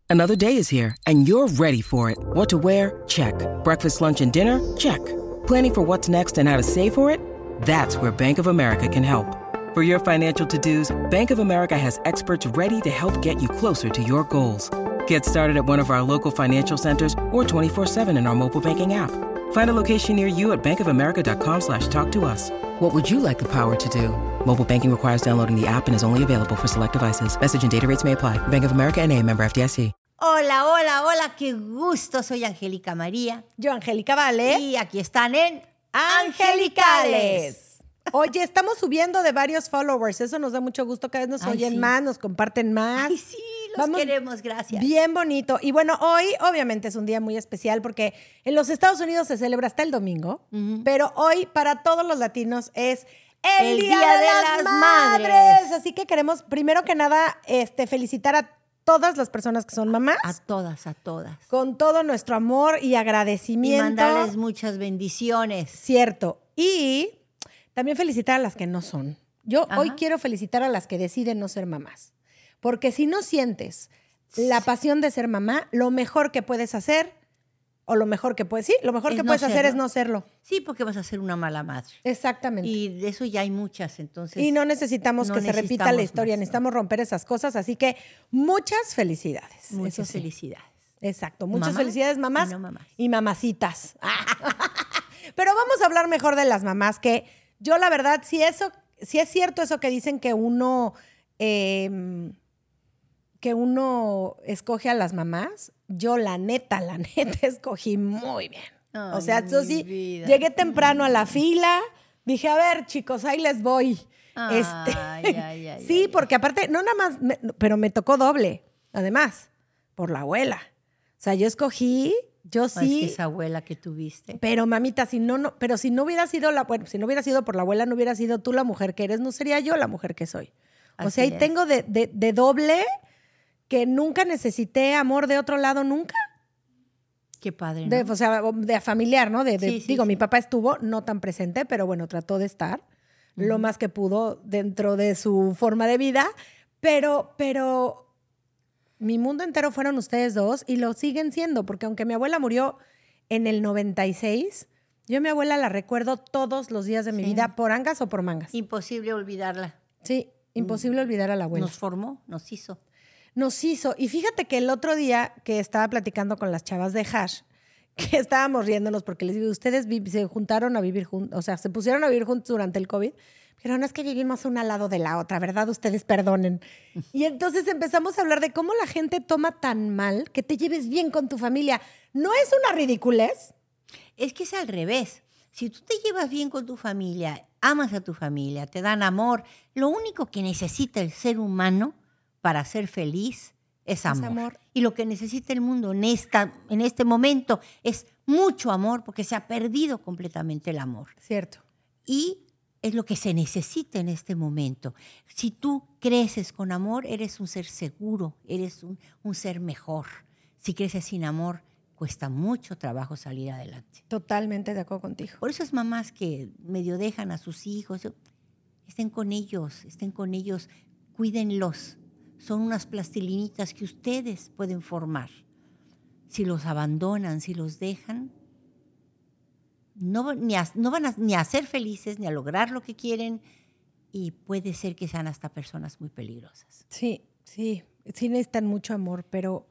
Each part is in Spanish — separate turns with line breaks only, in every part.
Another day is here, and you're ready for it. What to wear? Check. Breakfast, lunch, and dinner? Check. Planning for what's next and how to save for it? That's where Bank of America can help. For your financial to-dos, Bank of America has experts ready to help get you closer to your goals. Get started at one of our local financial centers or 24/7 in our mobile banking app. Find a location near you at bankofamerica.com/talktous. What would you like the power to do? Mobile banking requires downloading the app and is only available for select devices. Message and data rates may apply. Bank of America N.A., member FDIC.
Hola, hola, hola, qué gusto. Soy Angélica María.
Yo, Angélica Vale.
Y aquí están en
Angelicales. Oye, estamos subiendo de varios followers. Eso nos da mucho gusto. Cada vez nos oyen más, nos comparten más.
Ay, sí, los queremos, gracias.
Bien bonito. Y bueno, hoy obviamente es un día muy especial porque en los Estados Unidos se celebra hasta el domingo, pero hoy para todos los latinos es el Día de las Madres. Así que queremos, primero que nada, felicitar a todas las personas que son mamás.
A todas, a todas.
Con todo nuestro amor y agradecimiento.
Y mandarles muchas bendiciones.
Cierto. Y también felicitar a las que no son. Yo hoy quiero felicitar a las que deciden no ser mamás. Porque si no sientes la pasión de ser mamá, lo mejor que puedes hacer, o lo mejor que puedes, hacer es no serlo.
Sí, porque vas a ser una mala madre.
Exactamente.
Y de eso ya hay muchas, entonces.
Y no necesitamos que se repita la historia, necesitamos romper esas cosas. Así que muchas felicidades.
Muchas felicidades.
Exacto. Muchas felicidades, mamás,
mamás.
Y mamacitas. Pero vamos a hablar mejor de las mamás, que yo la verdad, si es cierto eso que dicen que uno escoge a las mamás, yo la neta escogí muy bien.
Ay,
o sea, eso sí,
vida.
Llegué temprano a la fila, dije, a ver, chicos, ahí les voy. Sí, porque aparte, no nada más, pero me tocó doble, además, por la abuela. O sea, yo escogí, yo sí.
Es que esa abuela que tuviste.
Pero mamita, si no hubiera sido si no hubiera sido por la abuela, no hubiera sido tú la mujer que eres, no sería yo la mujer que soy. O sea, ahí tengo de doble que nunca necesité amor de otro lado, nunca.
Qué padre, ¿no?
O sea, de familiar, ¿no?
Sí.
Mi papá estuvo no tan presente, pero bueno, trató de estar lo más que pudo dentro de su forma de vida. Pero mi mundo entero fueron ustedes dos y lo siguen siendo, porque aunque mi abuela murió en el 96, yo a mi abuela la recuerdo todos los días de mi vida, por angas o por mangas.
Imposible olvidarla.
Sí, imposible olvidar a la abuela.
Nos formó, nos hizo.
Y fíjate que el otro día que estaba platicando con las chavas de Hash, que estábamos riéndonos porque les digo, ustedes se juntaron a vivir juntos, o sea, se pusieron a vivir juntos durante el COVID, pero no es que vivimos una al lado de la otra, ¿verdad? Ustedes perdonen. Y entonces empezamos a hablar de cómo la gente toma tan mal que te lleves bien con tu familia. ¿No es una ridiculez?
Es que es al revés. Si tú te llevas bien con tu familia, amas a tu familia, te dan amor, lo único que necesita el ser humano para ser feliz es amor. Y lo que necesita el mundo en este momento es mucho amor, porque se ha perdido completamente el amor.
Cierto.
Y es lo que se necesita en este momento. Si tú creces con amor, eres un ser seguro, eres un ser mejor. Si creces sin amor, cuesta mucho trabajo salir adelante.
Totalmente de acuerdo contigo.
Por eso es mamás que medio dejan a sus hijos, estén con ellos, cuídenlos. Son unas plastilinitas que ustedes pueden formar. Si los abandonan, si los dejan, no van ni a ser felices, ni a lograr lo que quieren, y puede ser que sean hasta personas muy peligrosas.
Sí necesitan mucho amor, pero...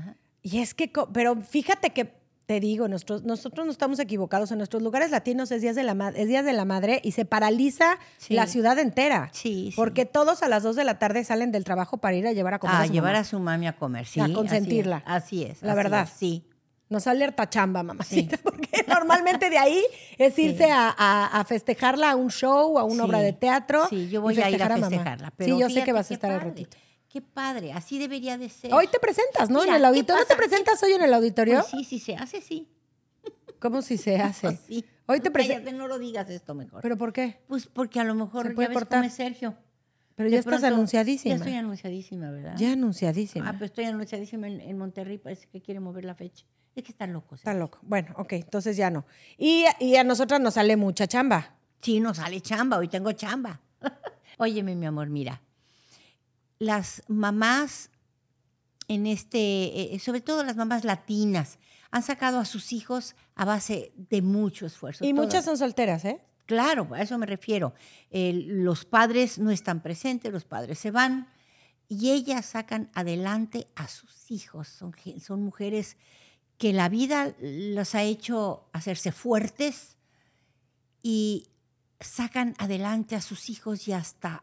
Pero fíjate que te digo, nosotros no estamos equivocados. En nuestros lugares latinos es Días de la Madre y se paraliza la ciudad entera. Sí. Porque todos a las 2 de la tarde salen del trabajo para ir a llevar a comer a su
llevar
mamá.
a su mami a comer, sí.
A consentirla.
Así es.
La verdad.
Sí.
Nos sale harta chamba, mamacita, porque normalmente de ahí es irse a festejarla a un show, a una obra de teatro.
Sí, yo voy a ir a festejarla. Pero
sí, yo sé que vas a estar al ratito.
Qué padre, así debería de ser.
Hoy te presentas, ¿no? Mira, en el auditorio. ¿No te presentas hoy en el auditorio?
Pues sí, se hace, sí.
¿Cómo si se hace?
Sí.
Hoy te presentas.
Cállate, no lo digas esto mejor.
¿Pero por qué?
Pues porque a lo mejor
¿Se puede
ya ves
cortar?
cómo es Sergio.
Pero ya estás anunciadísima.
Ya estoy anunciadísima, ¿verdad?
Ya anunciadísima.
Pues estoy anunciadísima en Monterrey, parece que quiere mover la fecha. Es que están locos.
Está loco. Bueno, ok, entonces ya no. Y a nosotras nos sale mucha chamba.
Sí, nos sale chamba, hoy tengo chamba. Óyeme, mi amor, mira. Las mamás sobre todo las mamás latinas, han sacado a sus hijos a base de mucho esfuerzo.
Y
Todas.
muchas son solteras, ¿eh?
Claro, a eso me refiero. Los padres no están presentes, los padres se van y ellas sacan adelante a sus hijos. Son mujeres que la vida los ha hecho hacerse fuertes y sacan adelante a sus hijos y hasta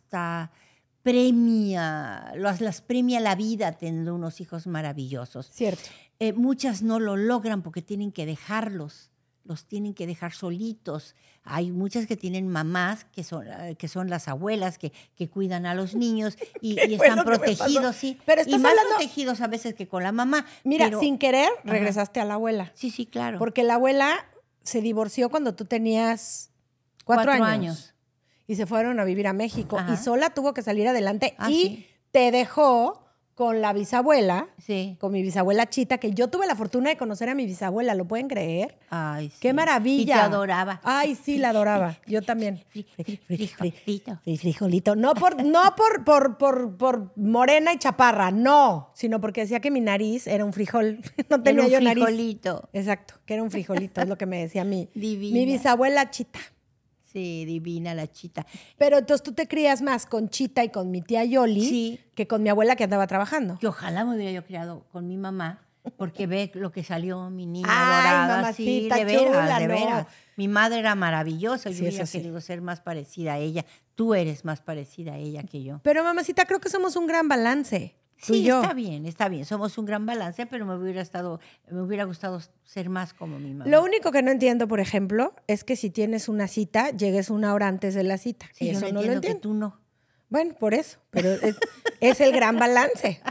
las premia la vida teniendo unos hijos maravillosos.
Cierto.
Muchas no lo logran porque tienen que dejarlos. Los tienen que dejar solitos. Hay muchas que tienen mamás, que son las abuelas, que cuidan a los niños y están protegidos, sí.
Pero estás
y más
hablando...
protegidos a veces que con la mamá.
Mira,
pero...
sin querer, regresaste a la abuela.
Sí, sí, claro.
Porque la abuela se divorció cuando tú tenías 4 años. Y se fueron a vivir a México.
Ajá.
Y sola tuvo que salir adelante. Y
sí.
te dejó con la bisabuela,
sí.
con mi bisabuela Chita, que yo tuve la fortuna de conocer a mi bisabuela, ¿lo pueden creer?
Ay, sí.
¡Qué maravilla!
Y te adoraba.
Ay, sí, la adoraba. Yo también.
Frijolito.
Frijolito. No por morena y chaparra, no. Sino porque decía que mi nariz era un frijol. No tenía yo nariz.
Frijolito.
Exacto, que era un frijolito, es lo que me decía mi bisabuela Chita.
Sí, divina la Chita.
Pero entonces tú te crías más con Chita y con mi tía Yoli
sí.
que con mi abuela que andaba trabajando.
Que ojalá me hubiera yo criado con mi mamá, porque ve lo que salió mi niña
Ay,
dorada.
mamacita,
sí, de veras,
chula,
de
no.
veras. Mi madre era maravillosa, yo
Sí,
hubiera
eso sí.
querido ser más parecida a ella. Tú eres más parecida a ella que yo.
Pero mamacita, creo que somos un gran balance. Tú y
Sí,
yo.
está bien. Somos un gran balance, pero me hubiera gustado ser más como mi mamá.
Lo único que no entiendo, por ejemplo, es que si tienes una cita, llegues 1 hora antes de la cita.
Sí,
Eso
yo
no lo entiendo.
que tú no.
Bueno, por eso. Pero es el gran balance.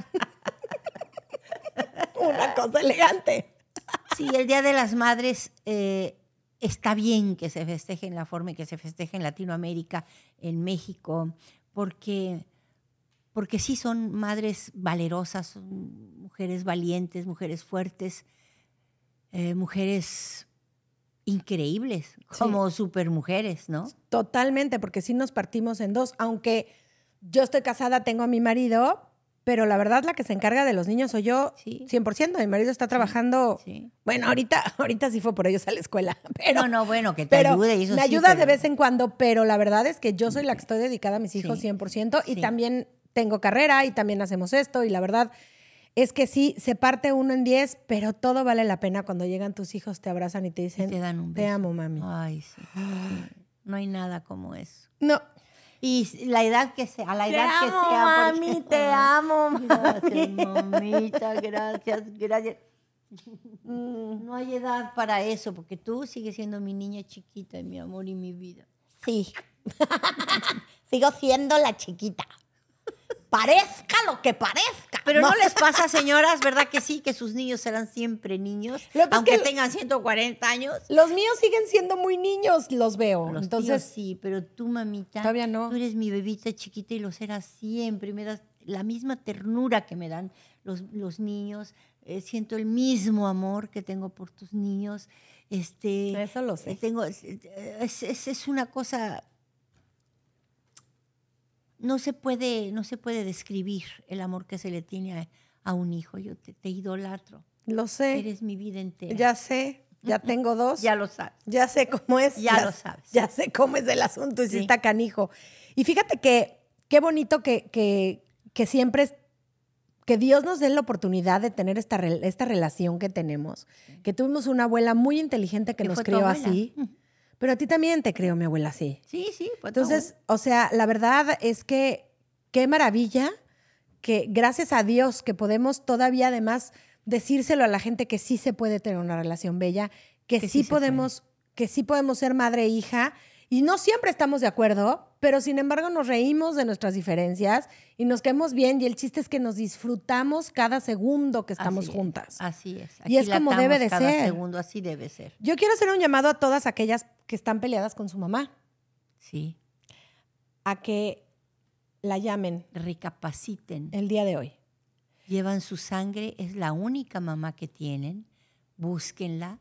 Una cosa elegante.
Sí, el Día de las Madres está bien que se festeje en la forma en que se festeja en Latinoamérica, en México, porque sí son madres valerosas, son mujeres valientes, mujeres fuertes, mujeres increíbles, como supermujeres, ¿no?
Totalmente, porque sí nos partimos en dos. Aunque yo estoy casada, tengo a mi marido, pero la verdad la que se encarga de los niños soy yo,
Sí.
100%. Mi marido está trabajando...
Sí.
Bueno, ahorita sí fue por ellos a la escuela. Pero,
bueno, que te
pero
ayude. Y eso
me
sí,
ayuda
pero-
de vez en cuando, pero la verdad es que yo soy la que estoy dedicada a mis hijos
Sí.
100% y
Sí.
también tengo carrera y también hacemos esto y la verdad es que sí, se parte uno en 10, pero todo vale la pena cuando llegan tus hijos, te abrazan y te dicen,
te dan un
te
beso.
amo, mami.
Ay, sí. No hay nada como eso.
No.
Y la edad que sea, a la
Te
edad que
amo,
sea.
mami, te amo,
Gracias, mamita, gracias. No hay edad para eso, porque tú sigues siendo mi niña chiquita y mi amor y mi vida.
Sí. Sigo siendo la chiquita. Parezca lo que parezca.
Pero no les pasa, señoras, ¿verdad que sí? Que sus niños serán siempre niños,
Lo que pasa
aunque
es que
tengan 140 años.
Los míos siguen siendo muy niños, los veo.
Los
Entonces,
tíos sí, pero tú, mamita,
Todavía no.
tú eres mi bebita chiquita y lo serás siempre. Y me das la misma ternura que me dan los niños. Siento el mismo amor que tengo por tus niños.
Eso lo sé.
Es una cosa... No se puede describir el amor que se le tiene a un hijo. Yo te idolatro.
Lo sé.
Eres mi vida entera.
Ya sé. Ya tengo 2.
Ya lo sabes.
Ya sé cómo es.
Ya lo sabes.
Ya sé cómo es el asunto y sí
Sí.
está canijo. Y fíjate que qué bonito que siempre que Dios nos dé la oportunidad de tener esta relación que tenemos. Que tuvimos una abuela muy inteligente que nos
fue tu
crió
abuela.
así. Pero a ti también te crió mi abuela así.
Sí, fue tu
Entonces, o sea, la verdad es que qué maravilla que gracias a Dios que podemos todavía además decírselo a la gente que sí se puede tener una relación bella, que sí podemos ser madre e hija y no siempre estamos de acuerdo, pero sin embargo nos reímos de nuestras diferencias y nos caemos bien y el chiste es que nos disfrutamos cada segundo que estamos juntas.
Así es.
Y es como debe de
cada
ser.
segundo, así debe ser.
Yo quiero hacer un llamado a todas aquellas que están peleadas con su mamá,
Sí.
a que la llamen
Recapaciten.
el día de hoy.
Llevan su sangre, es la única mamá que tienen. Búsquenla.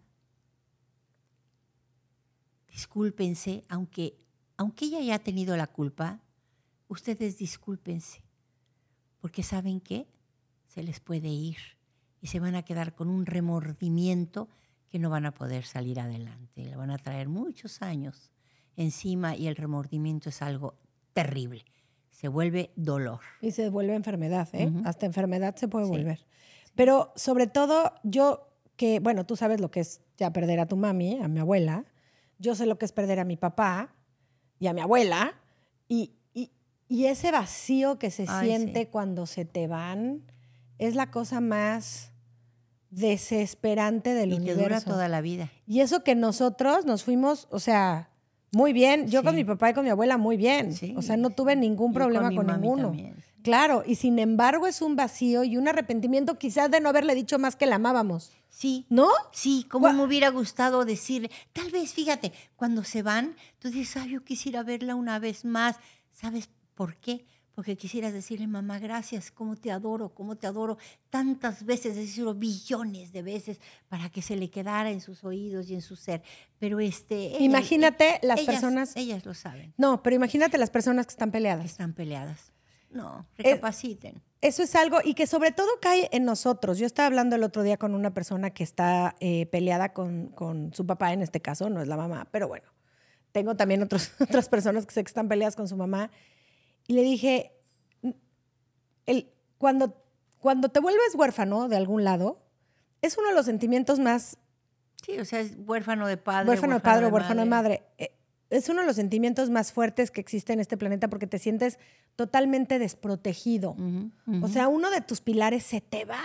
Discúlpense, aunque ella haya tenido la culpa, ustedes discúlpense. Porque ¿saben qué? se les puede ir y se van a quedar con un remordimiento que no van a poder salir adelante. Le van a traer muchos años encima y el remordimiento es algo terrible. Se vuelve dolor.
Y se vuelve enfermedad, ¿eh?
Uh-huh.
Hasta enfermedad se puede
Sí.
volver. Sí. Pero sobre todo bueno, tú sabes lo que es ya perder a tu mami, a mi abuela. Yo sé lo que es perder a mi papá y a mi abuela. Y ese vacío que se siente cuando se te van es la cosa más desesperante del universo.
Y te dura toda la vida.
Y eso que nosotros nos fuimos, o sea, muy bien. Yo
Sí.
con mi papá y con mi abuela muy bien.
Sí,
o sea, no tuve ningún problema con ninguno.
También, sí.
Claro, y sin embargo es un vacío y un arrepentimiento quizás de no haberle dicho más que la amábamos.
Sí.
¿No?
Sí, como me hubiera gustado decirle. Tal vez, fíjate, cuando se van, tú dices, ay, yo quisiera verla una vez más. ¿Sabes por qué? Porque quisieras decirle, mamá, gracias, cómo te adoro, tantas veces, decirlo billones de veces, para que se le quedara en sus oídos y en su ser. Pero
imagínate las
ellas,
personas.
Ellas lo saben.
No, pero imagínate las personas que están peleadas.
Están peleadas. No, recapaciten.
Eso es algo, y que sobre todo cae en nosotros. Yo estaba hablando el otro día con una persona que está peleada con su papá, en este caso, no es la mamá, pero bueno, tengo también otras personas que sé que están peleadas con su mamá. Y le dije, cuando te vuelves huérfano de algún lado, es uno de los sentimientos más...
Sí, o sea, es huérfano de padre.
Huérfano de padre o huérfano de madre. Es uno de los sentimientos más fuertes que existe en este planeta porque te sientes totalmente desprotegido.
Uh-huh, uh-huh.
O sea, uno de tus pilares se te va.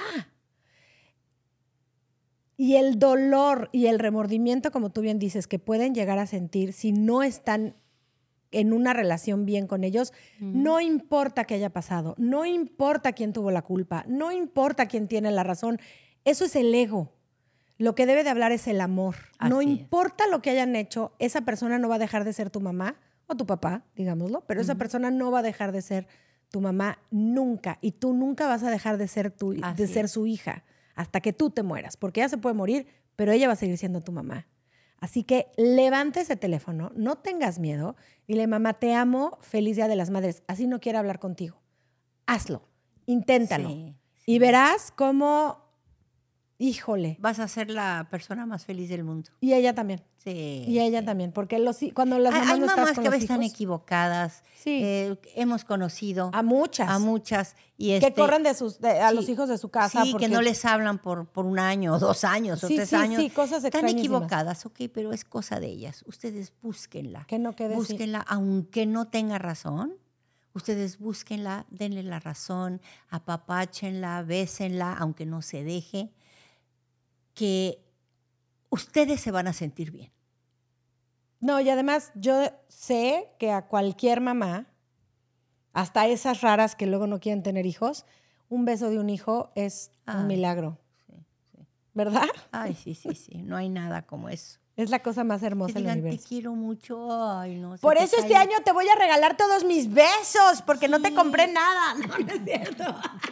Y el dolor y el remordimiento, como tú bien dices, que pueden llegar a sentir si no están en una relación bien con ellos, no importa qué haya pasado, no importa quién tuvo la culpa, no importa quién tiene la razón. Eso es el ego. Lo que debe de hablar es el amor. No importa lo que hayan hecho, esa persona no va a dejar de ser tu mamá o tu papá, digámoslo, pero esa persona no va a dejar de ser tu mamá nunca. Y tú nunca vas a dejar de ser su hija hasta que tú te mueras, porque ella se puede morir, pero ella va a seguir siendo tu mamá. Así que levanta ese teléfono, no tengas miedo, dile, mamá, te amo, feliz Día de las Madres. Así no quiere hablar contigo. Hazlo, inténtalo. Sí. Y verás cómo, híjole.
Vas a ser la persona más feliz del mundo.
Y ella también.
Sí.
Y ella también, porque cuando las mamás
hay
no
mamás
estás con
que a
los
veces están
hijos,
equivocadas.
Sí.
Hemos conocido
a muchas.
Y
que corren a los hijos de su casa.
Sí, porque que no les hablan por 1 año, o 2 años, o 3 años.
Sí, cosas
están equivocadas, ok, pero es cosa de ellas. Ustedes búsquenla.
Que no quede
búsquenla, aunque no tenga razón. Ustedes búsquenla, denle la razón, apapáchenla, bésenla, aunque no se deje. Que ustedes se van a sentir bien.
No, y además yo sé que a cualquier mamá, hasta esas raras que luego no quieren tener hijos, un beso de un hijo es un milagro. Sí. ¿Verdad?
Ay, sí. No hay nada como eso.
Es la cosa más hermosa del universo.
Te quiero mucho. Ay, no,
por eso este año te voy a regalar todos mis besos, porque no te compré nada. No es cierto.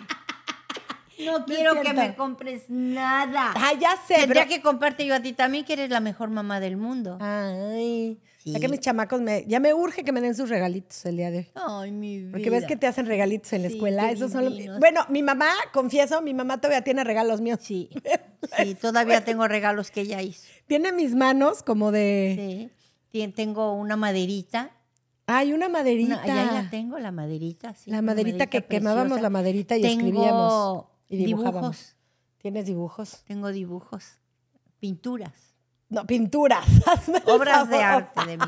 No quiero que me compres nada.
Ah, ya sé.
Tendría que comprarte yo a ti también, que eres la mejor mamá del mundo.
Ay. Sí. Ya que mis chamacos ya me urge que me den sus regalitos el día de hoy.
Ay, mi vida.
Porque ves que te hacen regalitos en la escuela. Esos son bueno, mi mamá, confieso, mi mamá todavía tiene regalos míos.
Sí, todavía tengo regalos que ella hizo.
Tiene mis manos como de...
Sí, tengo una maderita.
Ay, una maderita.
Ya la tengo, la maderita. Sí,
la maderita que quemábamos la maderita y escribíamos. Y
dibujos.
¿Tienes dibujos?
Tengo dibujos. Pinturas.
No, pinturas.
Obras de arte de mí.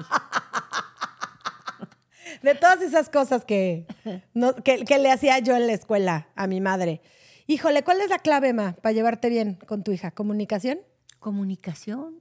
De todas esas cosas que le hacía yo en la escuela a mi madre. Híjole, ¿cuál es la clave, Ma, para llevarte bien con tu hija? ¿Comunicación?
¿Comunicación?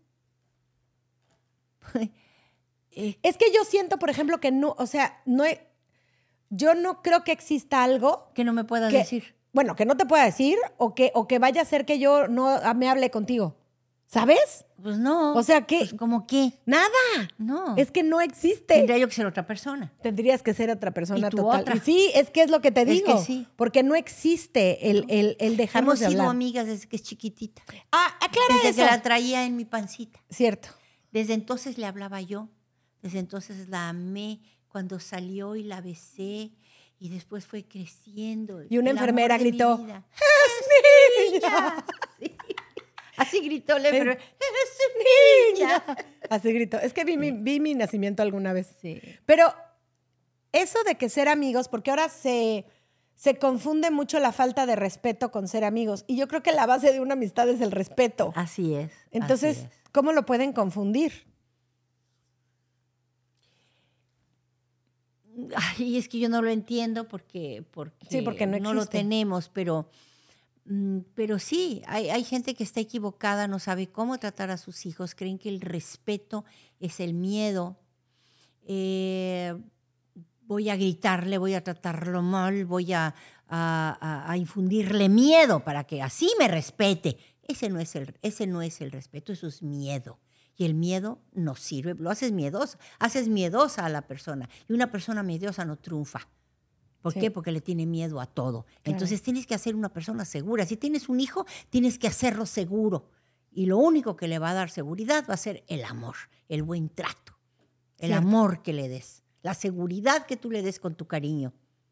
Es que yo siento, por ejemplo, que no, o sea, yo no creo que exista algo...
Que no me puedas decir.
Bueno, que no te pueda decir o que vaya a ser que yo no me hable contigo. ¿Sabes?
Pues no.
O sea, ¿qué?
Pues, ¿cómo qué?
Nada.
No.
Es que no existe.
Tendría yo que ser otra persona.
Tendrías que ser otra persona
¿Y tú
total.
otra?
Y sí, es que es lo que te digo.
Es que sí.
Porque no existe el dejarnos de hablar.
Hemos sido amigas desde que es chiquitita.
Aclara
desde
eso.
que la traía en mi pancita.
Cierto.
Desde entonces le hablaba yo. Desde entonces la amé. Cuando salió y la besé. Y después fue creciendo.
Y una
el
enfermera
amor de mi
gritó,
vida.
¡Es niña!
Sí. Así gritó la enfermera.
¡Es niña! Así gritó. Es que vi mi nacimiento alguna vez.
Sí.
Pero eso de que ser amigos, porque ahora se confunde mucho la falta de respeto con ser amigos. Y yo creo que la base de una amistad es el respeto.
Así es.
Entonces,
así es.
¿cómo lo pueden confundir?
Ay, es que yo no lo entiendo porque
Sí, porque no
lo
existe.
tenemos, pero sí, hay gente que está equivocada, no sabe cómo tratar a sus hijos, creen que el respeto es el miedo. Voy a gritarle, voy a tratarlo mal, voy a infundirle miedo para que así me respete. Ese no es el respeto, eso es miedo. Y el miedo no sirve, lo haces miedosa a la persona. Y una persona miedosa no triunfa. ¿Por qué? Porque le tiene miedo a todo. Claro. Entonces tienes que hacer una persona segura. Si tienes un hijo, tienes que hacerlo seguro. Y lo único que le va a dar seguridad va a ser el amor, el buen trato, el amor que le des, la seguridad que tú le des con tu cariño.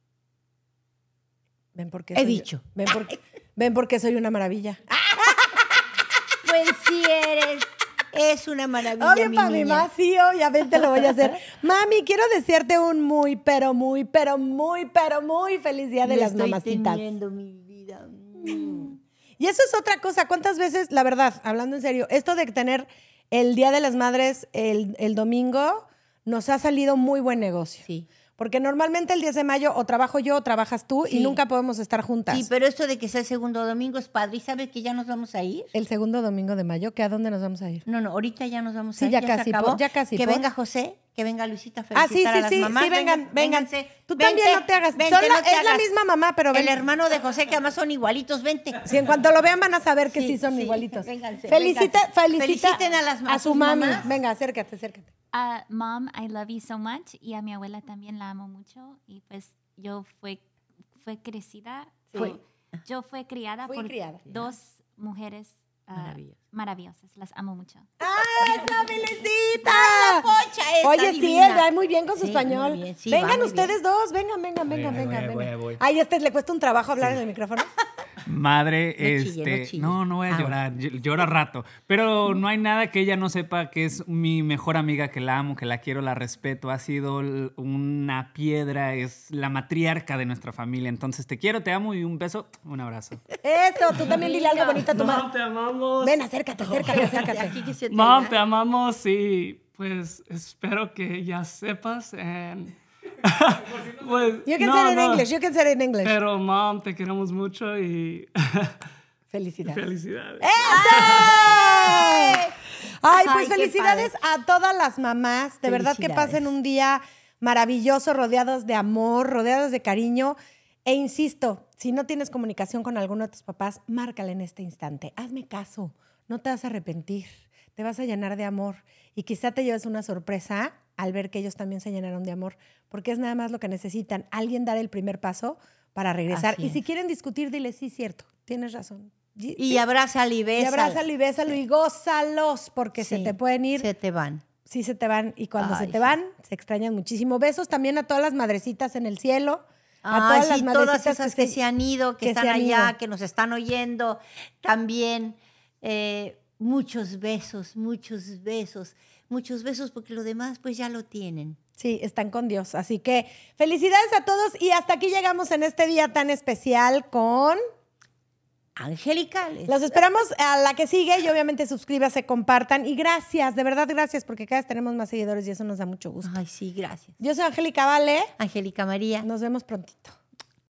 ¿Ven por qué
He dicho.
¿Ven por qué soy una maravilla?
Pues sí eres. Es una maravilla,
Obvio, para mi mamá, sí, obviamente lo voy a hacer. Mami, quiero desearte un muy, pero muy, pero muy, pero muy feliz Día de las Mamacitas.
Estoy teniendo mi vida.
Y eso es otra cosa. ¿Cuántas veces, la verdad, hablando en serio, esto de tener el Día de las Madres el domingo nos ha salido muy buen negocio?
Sí.
Porque normalmente el 10 de mayo o trabajo yo o trabajas tú y nunca podemos estar juntas.
Sí, pero esto de que sea el segundo domingo es padre. ¿Y sabes que ya nos vamos a ir?
El segundo domingo de mayo, ¿a dónde nos vamos a ir?
No, ahorita ya nos vamos a
Sí,
ir.
ya casi,
se acabó.
ya casi.
Que venga José, que venga Luisita a felicitar a las mamás.
Sí, vengan.
Vénganse.
Tú
Vente,
también no te hagas.
vente, no te
es la
hagas.
misma mamá, pero ven.
El hermano de José, que además son igualitos, vente.
Si en cuanto lo vean van a saber que sí son igualitos.
Vénganse,
Feliciten
a
su
sus
mami.
mamás.
Venga, acércate.
Mom, I love you so much. Y a mi abuela también la amo mucho. Y pues yo fui crecida. Yo fui criada por dos mujeres maravillosas. Las amo mucho.
¡Ay, la felicita!
¡La pocha esta
Oye, sí,
divina!
él va muy bien con su español.
Muy bien, sí,
vengan
muy
ustedes
bien.
dos, vengan.
Voy.
Ay, le cuesta un trabajo hablar en el micrófono.
Madre,
No chille.
no voy a llorar, lloro a rato, pero no hay nada que ella no sepa que es mi mejor amiga, que la amo, que la quiero, la respeto, ha sido una piedra, es la matriarca de nuestra familia, entonces te quiero, te amo y un beso, un abrazo.
Eso, tú también dile algo bonito a tu mamá.
Mam, te amamos.
Ven, acércate.
Aquí que se te
Mam,
da.
te amamos y pues espero que ya sepas. Pues,
You can say it in English.
Pero, Mam, te queremos mucho y
Felicidades.
felicidades.
Ay, pues
Ay, qué
felicidades
padre.
a todas las mamás. De verdad que
Felicidades.
pasen un día maravilloso, rodeados de amor, rodeados de cariño. E insisto, si no tienes comunicación con alguno de tus papás, márcale en este instante. Hazme caso, no te vas a arrepentir, te vas a llenar de amor. Y quizá te lleves una sorpresa al ver que ellos también se llenaron de amor, porque es nada más lo que necesitan, alguien dar el primer paso para regresar.
Así
Y si
es.
quieren discutir, dile, sí, cierto, tienes razón.
Y abrázalo y
Y
bésalo.
abrázalo y bésalo y gózalos, porque se
Sí,
te pueden ir.
Se te van.
Sí, se te van. Y cuando
Ay,
se te
sí.
van, se extrañan muchísimo. Besos también a todas las madrecitas en el cielo. A
Ay,
todas las
sí,
madrecitas
todas esas que se han ido, que están
se han
allá,
ido.
que nos están oyendo. También muchos besos, porque lo demás pues ya lo tienen.
Sí, están con Dios. Así que felicidades a todos y hasta aquí llegamos en este día tan especial con...
Angelicales.
Los esperamos a la que sigue y obviamente suscríbase, compartan y gracias, de verdad gracias porque cada vez tenemos más seguidores y eso nos da mucho gusto.
Ay, sí, gracias.
Yo soy Angélica Vale.
Angélica María.
Nos vemos prontito.